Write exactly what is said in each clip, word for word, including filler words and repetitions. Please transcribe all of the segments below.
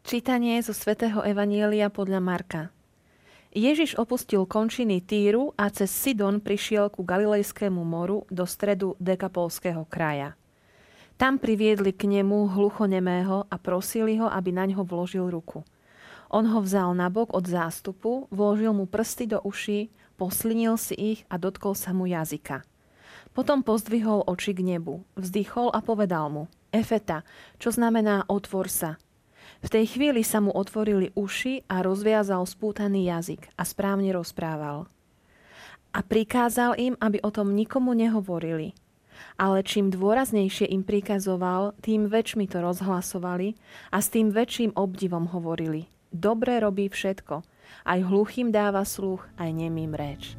Čítanie zo svätého Evanielia podľa Marka. Ježiš opustil končiny Týru a cez Sidon prišiel ku Galilejskému moru do stredu Dekapolského kraja. Tam priviedli k nemu hluchonemého a prosili ho, aby naňho vložil ruku. On ho vzal nabok od zástupu, vložil mu prsty do uší, poslinil si ich a dotkol sa mu jazyka. Potom pozdvihol oči k nebu, vzdychol a povedal mu: Efeta, čo znamená otvor sa. V tej chvíli sa mu otvorili uši a rozviazal spútaný jazyk a správne rozprával. A prikázal im, aby o tom nikomu nehovorili. Ale čím dôraznejšie im prikazoval, tým väčšmi to rozhlasovali a s tým väčším obdivom hovorili: Dobre robí všetko, aj hluchým dáva sluch, aj nemým réč.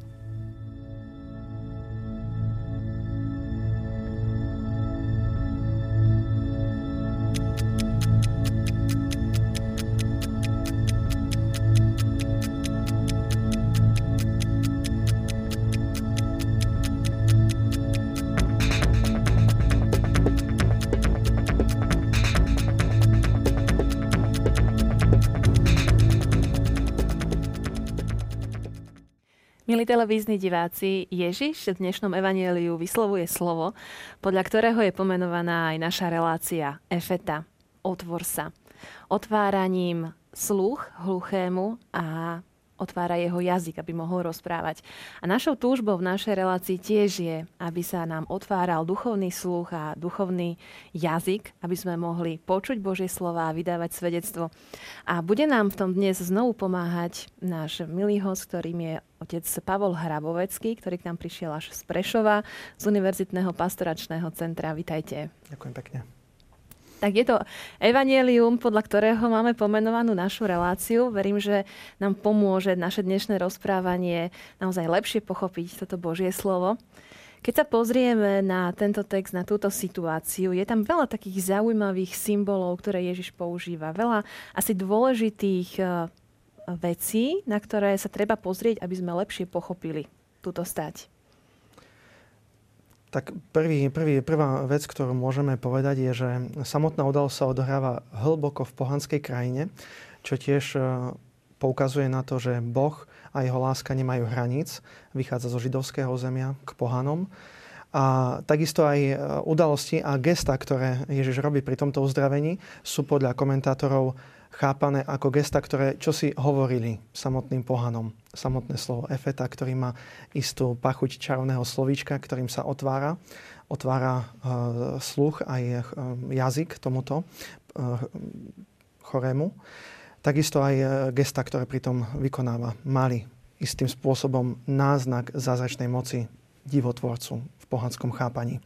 Milí televízni diváci, Ježiš v dnešnom evanjeliu vyslovuje slovo, podľa ktorého je pomenovaná aj naša relácia Efeta, otvor sa. Otváraním sluch hluchému a otvára jeho jazyk, aby mohol rozprávať. A našou túžbou v našej relácii tiež je, aby sa nám otváral duchovný sluch a duchovný jazyk, aby sme mohli počuť Božie slova a vydávať svedectvo. A bude nám v tom dnes znovu pomáhať náš milý host, ktorým je otec Pavol Hrabovecký, ktorý k nám prišiel až z Prešova, z Univerzitného pastoračného centra. Vitajte. Ďakujem pekne. Tak je to evanjelium, podľa ktorého máme pomenovanú našu reláciu. Verím, že nám pomôže naše dnešné rozprávanie naozaj lepšie pochopiť toto Božie slovo. Keď sa pozrieme na tento text, na túto situáciu, je tam veľa takých zaujímavých symbolov, ktoré Ježiš používa. Veľa asi dôležitých vecí, na ktoré sa treba pozrieť, aby sme lepšie pochopili túto stať. Tak prvý, prvý, prvá vec, ktorú môžeme povedať, je, že samotná udalosť sa odohráva hlboko v pohanskej krajine, čo tiež poukazuje na to, že Boh a jeho láska nemajú hraníc. Vychádza zo židovského zemia k pohanom. A takisto aj udalosti a gesta, ktoré Ježiš robí pri tomto uzdravení, sú podľa komentátorov chápané ako gesta, ktoré čosi hovorili samotným pohanom. Samotné slovo efeta, ktorý má istú pachuť čarovného slovíčka, ktorým sa otvára. Otvára e, sluch aj e, jazyk tomuto e, chorému. Takisto aj e, gesta, ktoré pritom vykonáva, mali istým spôsobom náznak zázračnej moci divotvorcu v pohanskom chápaní.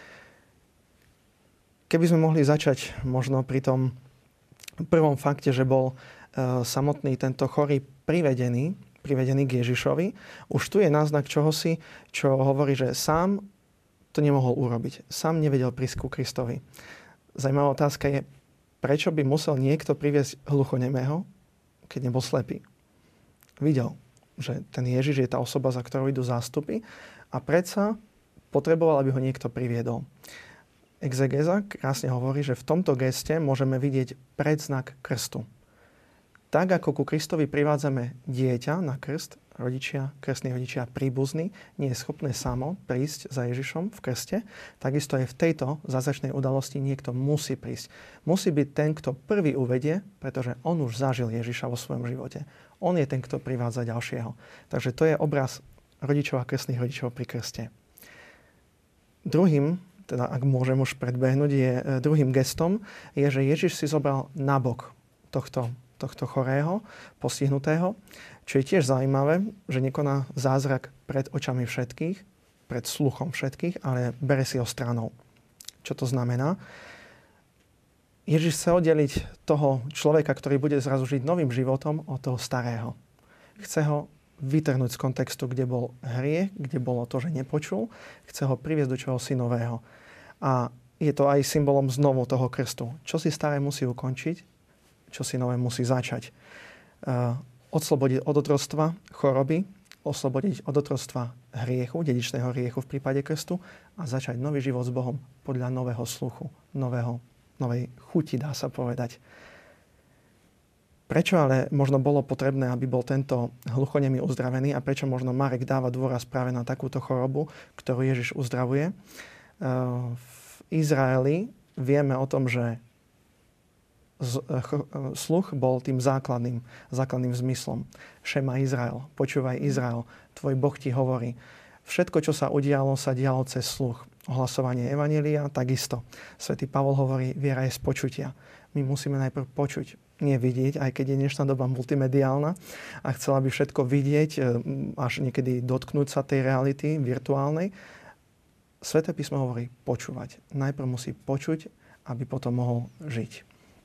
Keby sme mohli začať možno pri tom prvom fakte, že bol e, samotný tento chorý privedený, privedený k Ježišovi. Už tu je náznak čohosi, čo hovorí, že sám to nemohol urobiť. Sám nevedel prísť ku Kristovi. Zajímavá otázka je, prečo by musel niekto priviesť hluchonemého, keď nebol slepý. Videl, že ten Ježiš je tá osoba, za ktorou idú zástupy a predsa potreboval, aby ho niekto priviedol. Exegeza krásne hovorí, že v tomto geste môžeme vidieť predznak krstu. Tak ako ku Kristovi privádzame dieťa na krst, rodičia, krstní rodičia príbuzní, nie je schopné samo prísť za Ježišom v krste, takisto aj v tejto zázračnej udalosti niekto musí prísť. Musí byť ten, kto prvý uvedie, pretože on už zažil Ježiša vo svojom živote. On je ten, kto privádza ďalšieho. Takže to je obraz rodičov a krstných rodičov pri krste. Druhým, teda ak môžem už predbehnúť, je druhým gestom, je, že Ježiš si zobral nabok tohto, tohto chorého, postihnutého, čo je tiež zaujímavé, že nekoná zázrak pred očami všetkých, pred sluchom všetkých, ale bere si ho stranou. Čo to znamená? Ježiš chce oddeliť toho človeka, ktorý bude zrazu žiť novým životom, od toho starého. Chce ho vytrhnúť z kontextu, kde bol hriech, kde bolo to, že nepočul. Chce ho priviesť do čohosi nového. A je to aj symbolom znovu toho krstu. Čo si staré musí ukončiť, čo si nové musí začať. Uh, oslobodiť od otroctva choroby, oslobodiť od otroctva hriechu, dedičného hriechu v prípade krstu a začať nový život s Bohom podľa nového sluchu, nového, novej chuti, dá sa povedať. Prečo ale možno bolo potrebné, aby bol tento hluchonemý uzdravený a prečo možno Marek dáva dôraz práve na takúto chorobu, ktorú Ježiš uzdravuje? V Izraeli vieme o tom, že sluch bol tým základným, základným zmyslom. Šema Izrael, počúvaj Izrael, tvoj Boh ti hovorí. Všetko, čo sa udialo, sa dialo cez sluch. Ohlasovanie evanjelia, takisto. Svätý Pavol hovorí, viera je z počutia. My musíme najprv počuť, nie vidieť, aj keď je dnešná doba multimediálna a chcela by všetko vidieť, až niekedy dotknúť sa tej reality virtuálnej. Sväté písmo hovorí počúvať. Najprv musí počuť, aby potom mohol žiť.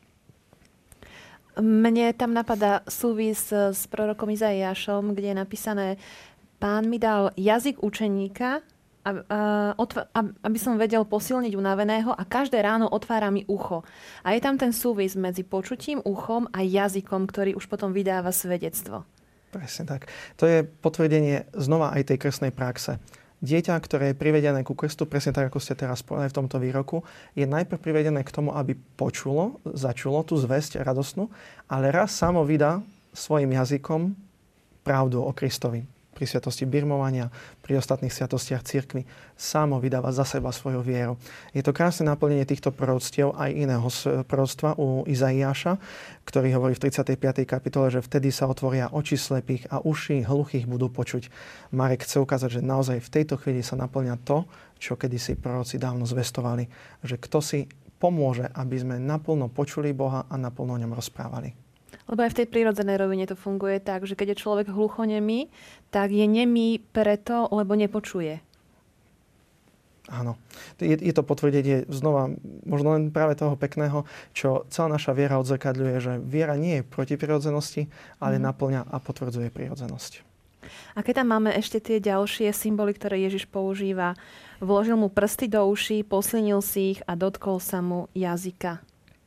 Mne tam napadá súvis s prorokom Izaiášom, kde je napísané: Pán mi dal jazyk učeníka, aby som vedel posilniť unaveného, a každé ráno otvára mi ucho. A je tam ten súvis medzi počutím, uchom a jazykom, ktorý už potom vydáva svedectvo. Presne tak. To je potvrdenie znova aj tej krstnej praxe. Dieťa, ktoré je privedené ku krstu, presne tak, ako ste teraz povedali v tomto výroku, je najprv privedené k tomu, aby počulo, začulo tú zvesť radosnú, ale raz samo vydá svojim jazykom pravdu o Kristovi. Pri sviatosti birmovania, pri ostatných sviatostiach cirkvi, samo vydáva za seba svoju vieru. Je to krásne naplnenie týchto proroctiev aj iného proroctva u Izaiáša, ktorý hovorí v tridsiatej piatej kapitole, že vtedy sa otvoria oči slepých a uši hluchých budú počuť. Marek chce ukázať, že naozaj v tejto chvíli sa naplňa to, čo kedysi proroci dávno zvestovali, že kto si pomôže, aby sme naplno počuli Boha a naplno o ňom rozprávali. Lebo aj v tej prírodzenej rovine to funguje tak, že keď je človek hluchonemý, tak je nemý preto, lebo nepočuje. Áno. Je, je to potvrdenie znova, možno len práve toho pekného, čo celá naša viera odzrkadľuje, že viera nie je proti prirodzenosti, ale mm. naplňa a potvrdzuje prirodzenosť. A keď tam máme ešte tie ďalšie symboly, ktoré Ježiš používa, vložil mu prsty do uší, poslinil si ich a dotkol sa mu jazyka.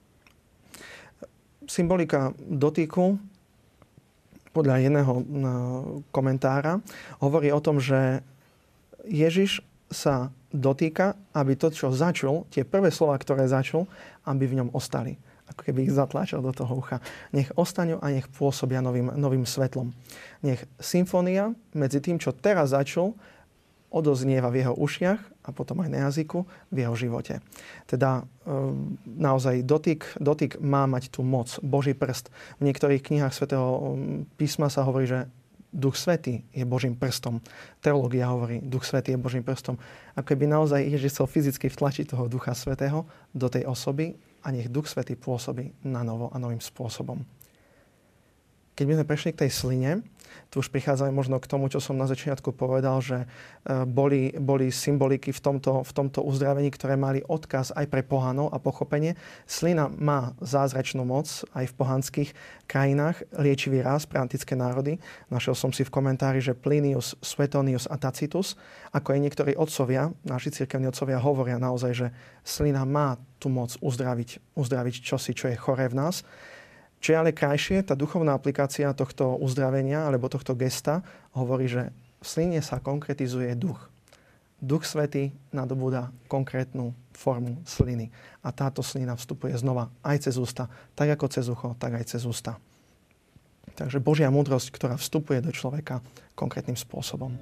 Symbolika dotyku podľa jedného komentára hovorí o tom, že Ježiš sa dotýka, aby to, čo začul, tie prvé slova, ktoré začul, aby v ňom ostali. Ako keby ich zatláčal do toho ucha. Nech ostanú a nech pôsobia novým, novým svetlom. Nech symfónia medzi tým, čo teraz začul, odoznieva v jeho ušiach a potom aj na jazyku v jeho živote. Teda e, naozaj dotyk, dotyk má mať tú moc, Boží prst. V niektorých knihách svätého písma sa hovorí, že Duch Svätý je Božím prstom. Teológia hovorí, Duch Svätý je Božím prstom. Ako keby naozaj Ježiš chcel fyzicky vtlačiť toho Ducha Svätého do tej osoby a nech Duch Svätý pôsobí na novo a novým spôsobom. Keď by sme prešli k tej sline, tu už prichádzame možno k tomu, čo som na začiatku povedal, že boli, boli symboliky v tomto, v tomto uzdravení, ktoré mali odkaz aj pre pohanov a pochopenie. Slina má zázračnú moc aj v pohanských krajinách, liečivý ráz pre antické národy. Našiel som si v komentári, že Plinius, Suetonius a Tacitus, ako aj niektorí otcovia, naši cirkevní otcovia hovoria naozaj, že slina má tú moc uzdraviť, uzdraviť čosi, čo je choré v nás. Čo je ale krajšie, tá duchovná aplikácia tohto uzdravenia alebo tohto gesta hovorí, že v sline sa konkretizuje duch. Duch Svätý nadobúda konkrétnu formu sliny. A táto slina vstupuje znova aj cez ústa, tak ako cez ucho, tak aj cez ústa. Takže Božia múdrosť, ktorá vstupuje do človeka konkrétnym spôsobom.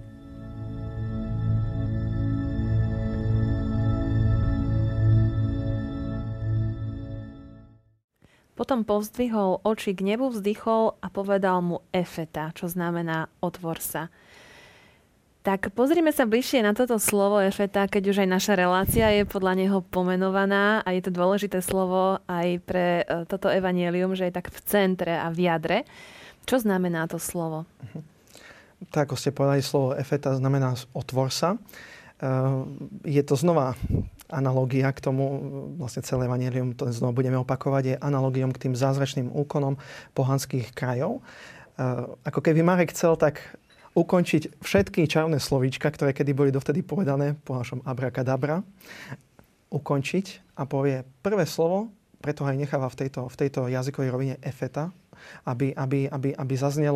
Potom povzdvihol oči k nebu, vzdychol a povedal mu Efeta, čo znamená otvor sa. Tak pozrime sa bližšie na toto slovo Efeta, keď už aj naša relácia je podľa neho pomenovaná a je to dôležité slovo aj pre toto evanjelium, že je tak v centre a v jadre. Čo znamená to slovo? Tak, ako ste povedali, slovo Efeta znamená otvor sa. Je to znova analogia k tomu, vlastne celé evanjelium, to znova budeme opakovať, je analogiom k tým zázračným úkonom pohanských krajov. Ako keby Marek chcel tak ukončiť všetky čarovné slovíčka, ktoré kedy boli dovtedy povedané po našom abrakadabra, ukončiť a povie prvé slovo, preto aj necháva v tejto, v tejto jazykovej rovine Efeta, aby, aby, aby, aby zaznelo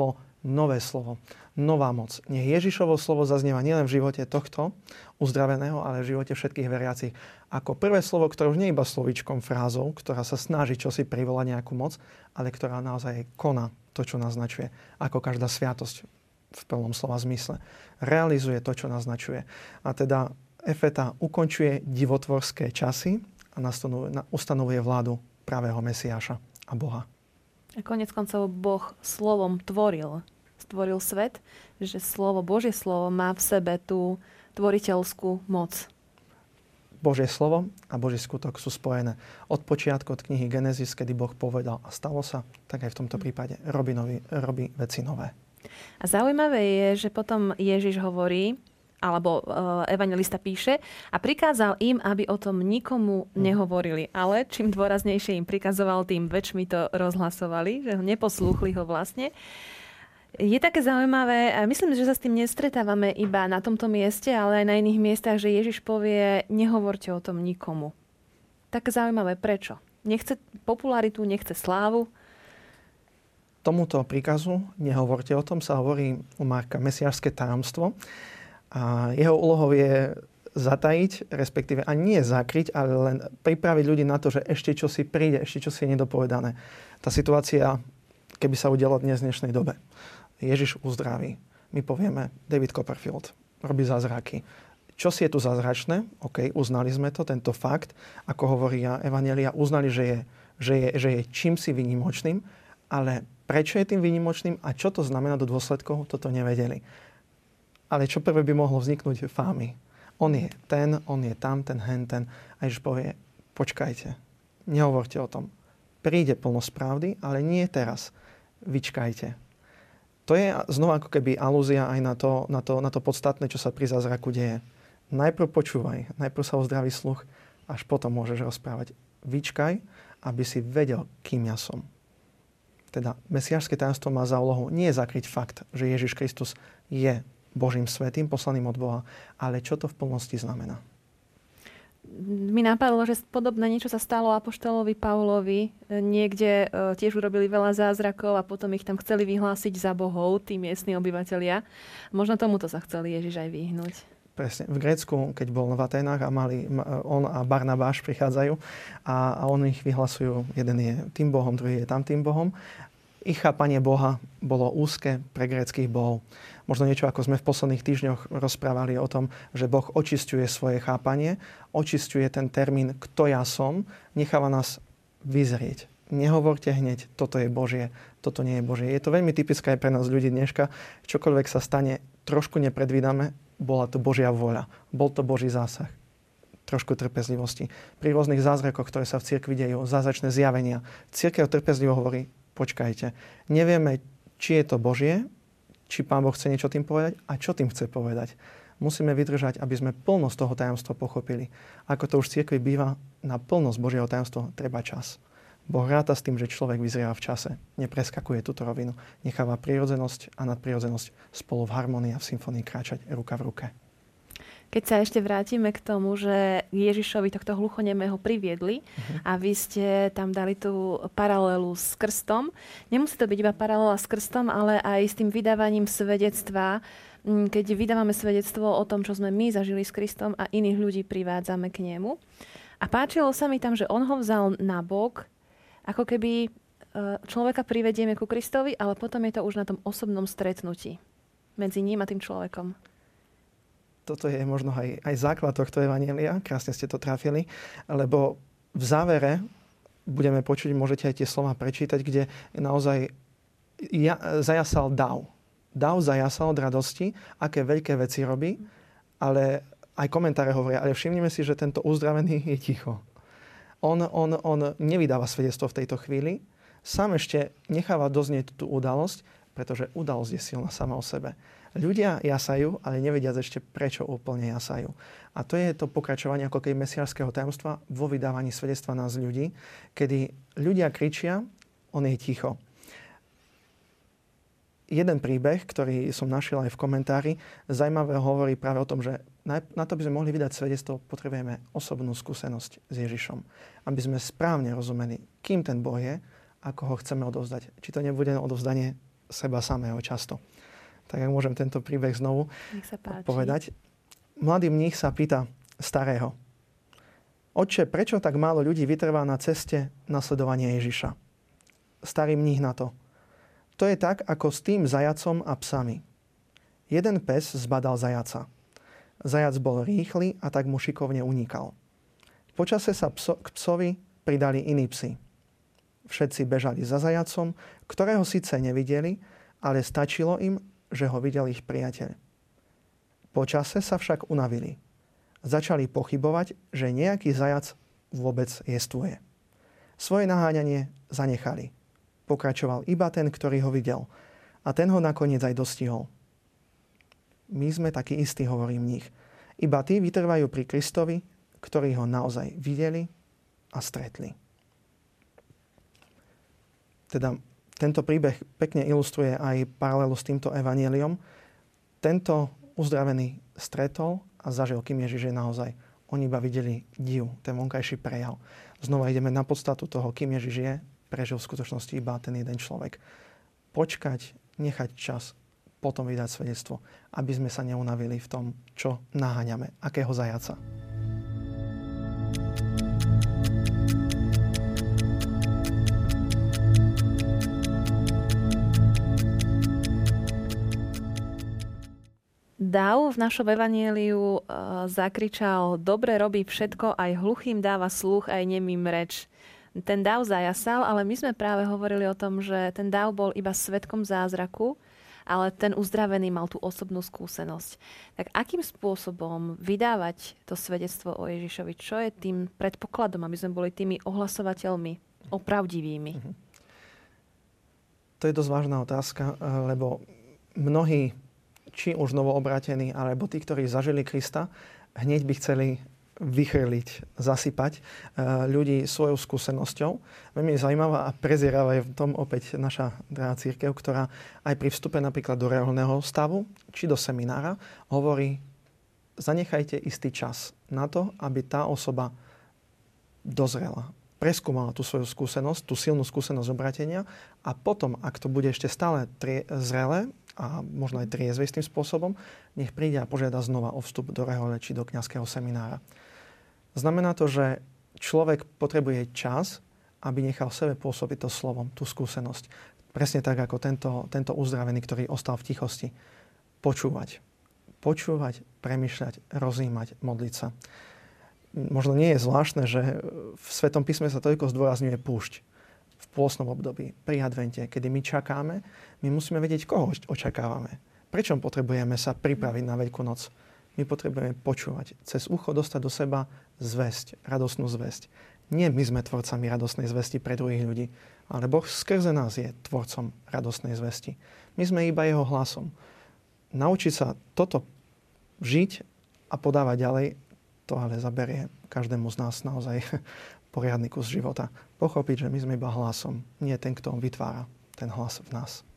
nové slovo, nová moc. Nech Ježišovo slovo zaznieva nielen v živote tohto uzdraveného, ale v živote všetkých veriacich. Ako prvé slovo, ktoré už nie je iba slovíčkom, frázou, ktorá sa snaží čosi privolať nejakú moc, ale ktorá naozaj koná to, čo naznačuje. Ako každá sviatosť v plnom slova zmysle. Realizuje to, čo naznačuje. A teda Efeta ukončuje divotvorské časy a ustanovuje vládu pravého Mesiáša a Boha. A konec koncov Boh slovom tvoril. Stvoril svet, že slovo, Božie slovo má v sebe tú tvoriteľskú moc. Božie slovo a Boží skutok sú spojené. Od počiatku, od knihy Genesis, kedy Boh povedal a stalo sa, tak aj v tomto prípade robí, nový, robí veci nové. A zaujímavé je, že potom Ježiš hovorí, alebo uh, evanjelista píše, a prikázal im, aby o tom nikomu nehovorili. Ale čím dôraznejšie im prikazoval, tým väčšmi to rozhlasovali, že ho neposlúchli ho vlastne. Je také zaujímavé, a myslím, že sa s tým nestretávame iba na tomto mieste, ale aj na iných miestach, že Ježiš povie, nehovorte o tom nikomu. Také zaujímavé, prečo? Nechce popularitu, nechce slávu? Tomuto príkazu, nehovorte o tom, sa hovorí u Marka mesiášske tajomstvo. A jeho úlohou je zatajiť, respektíve a nie zakryť, ale len pripraviť ľudí na to, že ešte čo si príde, ešte čo si je nedopovedané. Tá situácia, keby sa udiala dnes v dnešnej dobe. Ježiš uzdraví. My povieme, David Copperfield robí zázraky. Čo si je tu zázračné? OK, uznali sme to, tento fakt, ako hovoria evanjelia, uznali, že je, že je, že je čím si výnimočným, ale prečo je tým výnimočným a čo to znamená do dôsledkov, toto nevedeli. Ale čo prvé by mohlo vzniknúť fámy. On je ten, on je tam, ten, hen, ten. A Ježiš povie, počkajte, nehovorte o tom. Príde plnosť pravdy, ale nie teraz. Vyčkajte. To je znova ako keby alúzia aj na to, na to, na to podstatné, čo sa pri zázraku deje. Najprv počúvaj, najprv sa ozdraví sluch, až potom môžeš rozprávať. Vyčkaj, aby si vedel, kým ja som. Teda mesiášske tajomstvo má za úlohu nie zakryť fakt, že Ježiš Kristus je Božím svätým, poslaným od Boha. Ale čo to v plnosti znamená? Mi napadlo, že podobné niečo sa stalo apoštolovi Pavlovi. Niekde e, tiež urobili veľa zázrakov a potom ich tam chceli vyhlásiť za bohov, tí miestni obyvatelia. Možno tomuto sa chceli Ježiš aj vyhnúť. Presne. V Grécku, keď bol v Aténach a mali, on a Barnabáš prichádzajú a, a on ich vyhlasujú. Jeden je tým bohom, druhý je tamtým bohom. Ich chápanie Boha bolo úzke pre gréckych bohov. Možno niečo, ako sme v posledných týždňoch rozprávali o tom, že Boh očisťuje svoje chápanie, očisťuje ten termín kto ja som, necháva nás vyzrieť. Nehovorte hneď, toto je Božie, toto nie je Božie. Je to veľmi typické aj pre nás ľudí dneška. Čokoľvek sa stane, trošku nepredvídame, bola to Božia vôľa. Bol to Boží zásah. Trošku trpezlivosti. Pri rôznych zázrakoch, ktoré sa v cirkvi dejú, zázračné zjavenia. Cirkev trpezlivo hovorí, počkajte, nevieme, či je to Božie, či Pán Boh chce niečo tým povedať a čo tým chce povedať. Musíme vydržať, aby sme plnosť toho tajomstva pochopili. Ako to už v cirkvi býva, na plnosť Božieho tajomstva treba čas. Boh ráta s tým, že človek vyzrieva v čase. Nepreskakuje túto rovinu. Necháva prirodzenosť a nadprirodzenosť spolu v harmonii a v symfonii kráčať ruka v ruke. Keď sa ešte vrátime k tomu, že Ježišovi tohto hluchonemého priviedli uh-huh. a vy ste tam dali tú paralelu s krstom. Nemusí to byť iba paralela s krstom, ale aj s tým vydávaním svedectva. Keď vydávame svedectvo o tom, čo sme my zažili s Kristom a iných ľudí privádzame k nemu. A páčilo sa mi tam, že on ho vzal na bok, ako keby človeka privedieme ku Kristovi, ale potom je to už na tom osobnom stretnutí medzi ním a tým človekom. Toto je možno aj, aj základ tohto evanjelia. Krásne ste to trafili. Lebo v závere budeme počuť, môžete aj tie slova prečítať, kde naozaj ja, zajasal dav. Dav zajasal od radosti, aké veľké veci robí, ale aj komentáre hovoria, ale všimnime si, že tento uzdravený je ticho. On, on, on nevydáva svedectvo v tejto chvíli, sám ešte necháva doznieť tú udalosť, pretože udalosť je silná sama o sebe. Ľudia jasajú, ale nevedia ešte, prečo úplne jasajú. A to je to pokračovanie ako keby mesiášskeho tajomstva vo vydávaní svedectva nás ľudí, kedy ľudia kričia, on je ticho. Jeden príbeh, ktorý som našiel aj v komentári, zaujímavé hovorí práve o tom, že na to by sme mohli vydať svedectvo, potrebujeme osobnú skúsenosť s Ježišom. Aby sme správne rozumeli, kým ten Boh je, ako ho chceme odovzdať. Či to nebude odovzdanie seba samého často. Tak ak môžem tento príbeh znovu povedať. Mladý mních sa pýta starého: Otče, prečo tak málo ľudí vytrvá na ceste nasledovania Ježiša? Starý mních na to: To je tak, ako s tým zajacom a psami. Jeden pes zbadal zajaca. Zajac bol rýchly a tak mu šikovne unikal. Počase sa pso- k psovi pridali iní psi. Všetci bežali za zajacom, ktorého síce nevideli, ale stačilo im, že ho videl ich priateľ. Počase sa však unavili. Začali pochybovať, že nejaký zajac vôbec jestvuje. Svoje naháňanie zanechali. Pokračoval iba ten, ktorý ho videl. A ten ho nakoniec aj dostihol. My sme takí istí, hovorí mních. Iba tí vytrvajú pri Kristovi, ktorí ho naozaj videli a stretli. Teda tento príbeh pekne ilustruje aj paralelu s týmto evanjeliom. Tento uzdravený stretol a zažil, kým Ježiš je naozaj. Oni iba videli div, ten vonkajší prejav. Znova ideme na podstatu toho, kým Ježiš je, prežil v skutočnosti iba ten jeden človek. Počkať, nechať čas, potom vydať svedectvo, aby sme sa neunavili v tom, čo naháňame, akého zajaca. Dáv v našom evanjeliu uh, zakričal: Dobre robí všetko, aj hluchým dáva sluch, aj nemým reč. Ten dáv zajasal, ale my sme práve hovorili o tom, že ten dáv bol iba svedkom zázraku, ale ten uzdravený mal tú osobnú skúsenosť. Tak akým spôsobom vydávať to svedectvo o Ježišovi? Čo je tým predpokladom, aby sme boli tými ohlasovateľmi opravdivými? To je dosť vážna otázka, lebo mnohí, či už novoobratení, alebo tí, ktorí zažili Krista, hneď by chceli vychrliť, zasypať ľudí svojou skúsenosťou. Veľmi zaujímavá a prezieravá je v tom opäť naša drahá cirkev, ktorá aj pri vstupe napríklad do reholného stavu, či do seminára, hovorí: zanechajte istý čas na to, aby tá osoba dozrela, preskúmala tú svoju skúsenosť, tú silnú skúsenosť obratenia, a potom, ak to bude ešte stále trie- zrelé, a možno aj triezvej s tým spôsobom, nech príde a požiada znova o vstup do rehole či do kňazského seminára. Znamená to, že človek potrebuje čas, aby nechal sebe pôsobiť to slovom, tú skúsenosť. Presne tak, ako tento, tento uzdravený, ktorý ostal v tichosti. Počúvať. Počúvať, premýšľať, rozjímať, modliť sa. Možno nie je zvláštne, že v Svetom písme sa toľko zdôrazňuje púšť. V pôstnom období, pri advente, kedy my čakáme, my musíme vedieť, koho očakávame. Prečo potrebujeme sa pripraviť na Veľkú noc? My potrebujeme počúvať, cez ucho dostať do seba zvesť, radosnú zvesť. Nie my sme tvorcami radosnej zvesti pre druhých ľudí, ale Boh skrze nás je tvorcom radosnej zvesti. My sme iba jeho hlasom. Naučiť sa toto žiť a podávať ďalej, to ale zaberie každému z nás naozaj poriadny kus života. Pochopiť, že my sme iba hlasom, nie ten, kto vytvára ten hlas v nás.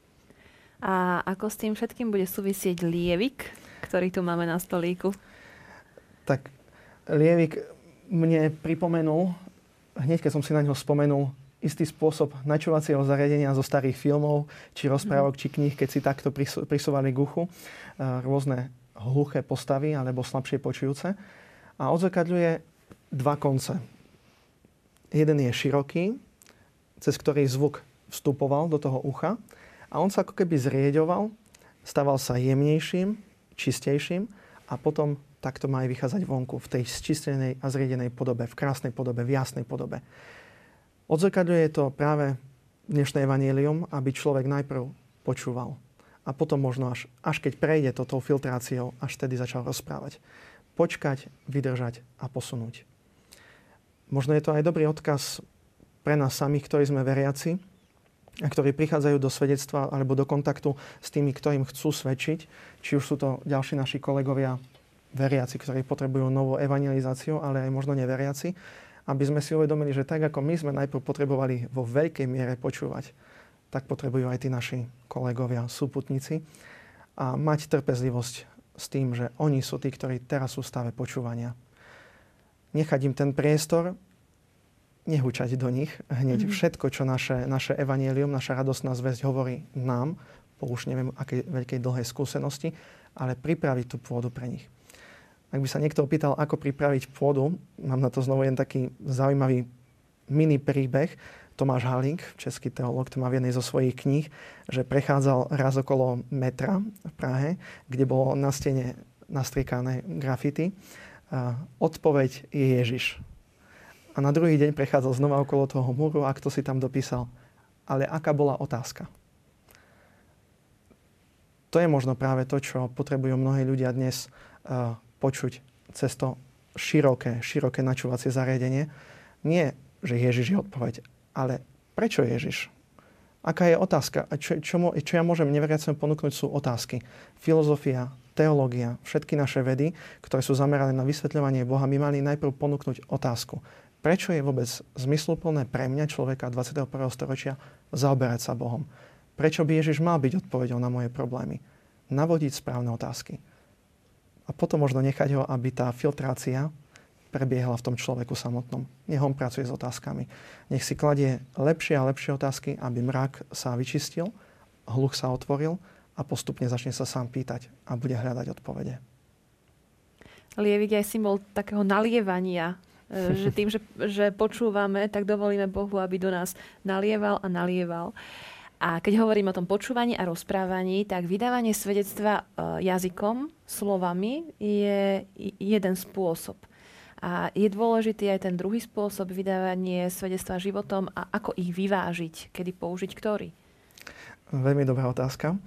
A ako s tým všetkým bude súvisieť lievik, ktorý tu máme na stolíku? Tak lievik mne pripomenul, hneď keď som si na ňo spomenul, istý spôsob načúvacieho zariadenia zo starých filmov, či rozprávok, mm. či kníh, keď si takto prisúvali k uchu rôzne hluché postavy alebo slabšie počujúce. A odzrkadľuje dva konce. Jeden je široký, cez ktorý zvuk vstupoval do toho ucha, a on sa ako keby zrieďoval, stával sa jemnejším, čistejším, a potom takto má aj vychádzať vonku v tej sčistenej a zriedenej podobe, v krásnej podobe, v jasnej podobe. Odzrkadľuje to práve dnešné evanjelium, aby človek najprv počúval a potom možno až, až keď prejde to tou filtráciou, až tedy začal rozprávať. Počkať, vydržať a posunúť. Možno je to aj dobrý odkaz pre nás samých, ktorí sme veriaci a ktorí prichádzajú do svedectva alebo do kontaktu s tými, ktorým chcú svedčiť. Či už sú to ďalší naši kolegovia veriaci, ktorí potrebujú novú evangelizáciu, ale aj možno neveriaci, aby sme si uvedomili, že tak ako my sme najprv potrebovali vo veľkej miere počúvať, tak potrebujú aj tí naši kolegovia, súputníci, a mať trpezlivosť s tým, že oni sú tí, ktorí teraz sú v stave počúvania. Nechať im ten priestor, nehučať do nich hneď Mm-hmm. všetko, čo naše, naše evanjelium, naša radostná zvesť hovorí nám, po už neviem akej veľkej dlhej skúsenosti, ale pripraviť tú pôdu pre nich. Ak by sa niekto opýtal, ako pripraviť pôdu, mám na to znovu jeden taký zaujímavý mini príbeh. Tomáš Halík, český teológ, to má v jednej zo svojich kníh, že prechádzal raz okolo metra v Prahe, kde bolo na stene nastriekané grafity. Odpoveď je Ježiš. A na druhý deň prechádzal znova okolo toho múru a kto si tam dopísal. Ale aká bola otázka? To je možno práve to, čo potrebujú mnohí ľudia dnes uh, počuť cez to široké, široké načúvacie zariadenie. Nie, že Ježiš je odpoveď, ale prečo Ježiš? Aká je otázka? A čo, čo, čo ja môžem neveriacemu ponúknuť sú otázky. Filozofia, teológia, všetky naše vedy, ktoré sú zamerané na vysvetľovanie Boha, by mali najprv ponúknuť otázku. Prečo je vôbec zmysluplné pre mňa, človeka dvadsiateho prvého storočia, zaoberať sa Bohom? Prečo by Ježiš mal byť odpoveďou na moje problémy? Navodiť správne otázky. A potom možno nechať ho, aby tá filtrácia prebiehala v tom človeku samotnom. Nech on pracuje s otázkami. Nech si kladie lepšie a lepšie otázky, aby mrak sa vyčistil, hluch sa otvoril a postupne začne sa sám pýtať a bude hľadať odpovede. Lievik je aj symbol takého nalievania, že tým, že, že počúvame, tak dovolíme Bohu, aby do nás nalieval a nalieval. A keď hovorím o tom počúvaní a rozprávaní, tak vydávanie svedectva jazykom, slovami je jeden spôsob. A je dôležitý aj ten druhý spôsob, vydávanie svedectva životom a ako ich vyvážiť, kedy použiť ktorý? Veľmi dobrá otázka.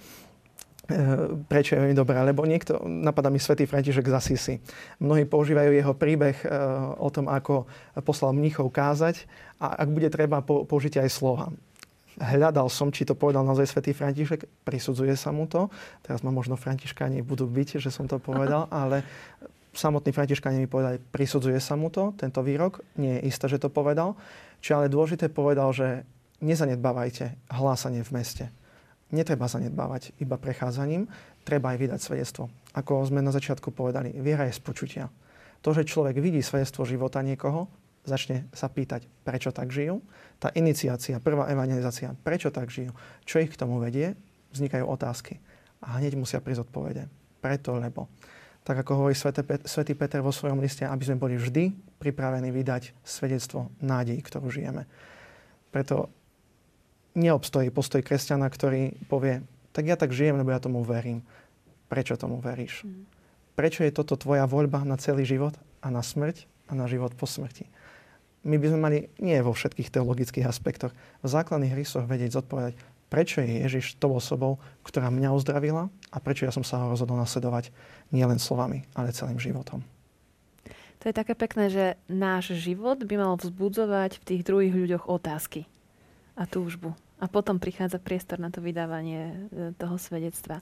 Prečo je veľmi dobrá? Lebo niekto, napadá mi svätý František z Asisi. Mnohí používajú jeho príbeh o tom, ako poslal mníchov kázať a ak bude treba, použiť aj slova. Hľadal som, či to povedal naozaj svätý František, prisudzuje sa mu to. Teraz ma možno františkáni budú byť, že som to povedal, ale samotný františkáni mi povedali, prisudzuje sa mu to, tento výrok. Nie je isté, že to povedal. Čo ale dôležité povedal, že nezanedbávajte hlásanie v meste. Netreba zanedbávať iba prechádzaním, treba aj vydať svedectvo. Ako sme na začiatku povedali, viera je z počutia. To, že človek vidí svedectvo života niekoho, začne sa pýtať, prečo tak žijú. Tá iniciácia, prvá evangelizácia, prečo tak žijú, čo ich k tomu vedie, vznikajú otázky. A hneď musia prísť odpovede. Preto, lebo. Tak ako hovorí svätý Peter vo svojom liste, aby sme boli vždy pripravení vydať svedectvo nádej, ktorú žijeme. Preto neobstojí postoj kresťana, ktorý povie, tak ja tak žijem, lebo ja tomu verím. Prečo tomu veríš? Prečo je toto tvoja voľba na celý život a na smrť a na život po smrti? My by sme mali nie vo všetkých teologických aspektoch, v základných rysoch vedieť zodpovedať, prečo je Ježiš tou osobou, ktorá mňa uzdravila a prečo ja som sa ho rozhodol nasledovať nielen slovami, ale celým životom. To je také pekné, že náš život by mal vzbudzovať v tých druhých ľuďoch otázky a túžbu. A potom prichádza priestor na to vydávanie toho svedectva.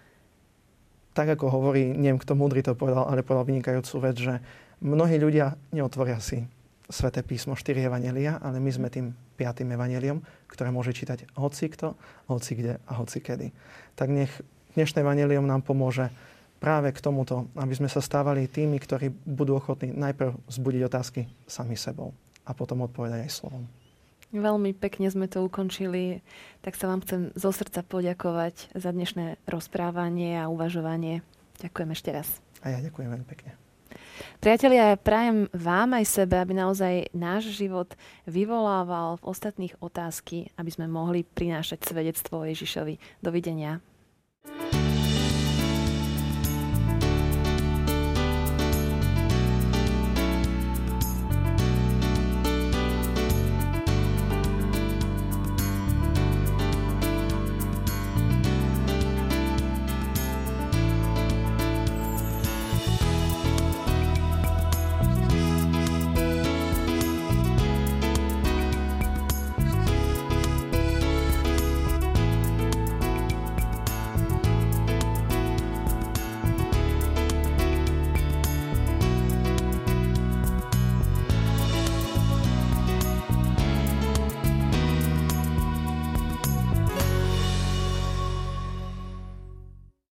Tak ako hovorí, neviem, kto múdry to povedal, ale povedal vynikajúcu vec, že mnohí ľudia neotvoria si Sväté písmo, štyri evanjelia, ale my sme tým piatým evanjeliom, ktoré môže čítať hocikto, hocikde a hocikedy. Tak nech dnešné evanjelium nám pomôže práve k tomuto, aby sme sa stávali tými, ktorí budú ochotní najprv vzbudiť otázky sami sebou a potom odpovedať aj slovom. Veľmi pekne sme to ukončili, tak sa vám chcem zo srdca poďakovať za dnešné rozprávanie a uvažovanie. Ďakujem ešte raz. A ja ďakujem veľmi pekne. Priatelia, ja prajem vám aj sebe, aby naozaj náš život vyvolával v ostatných otázky, aby sme mohli prinášať svedectvo Ježišovi. Dovidenia.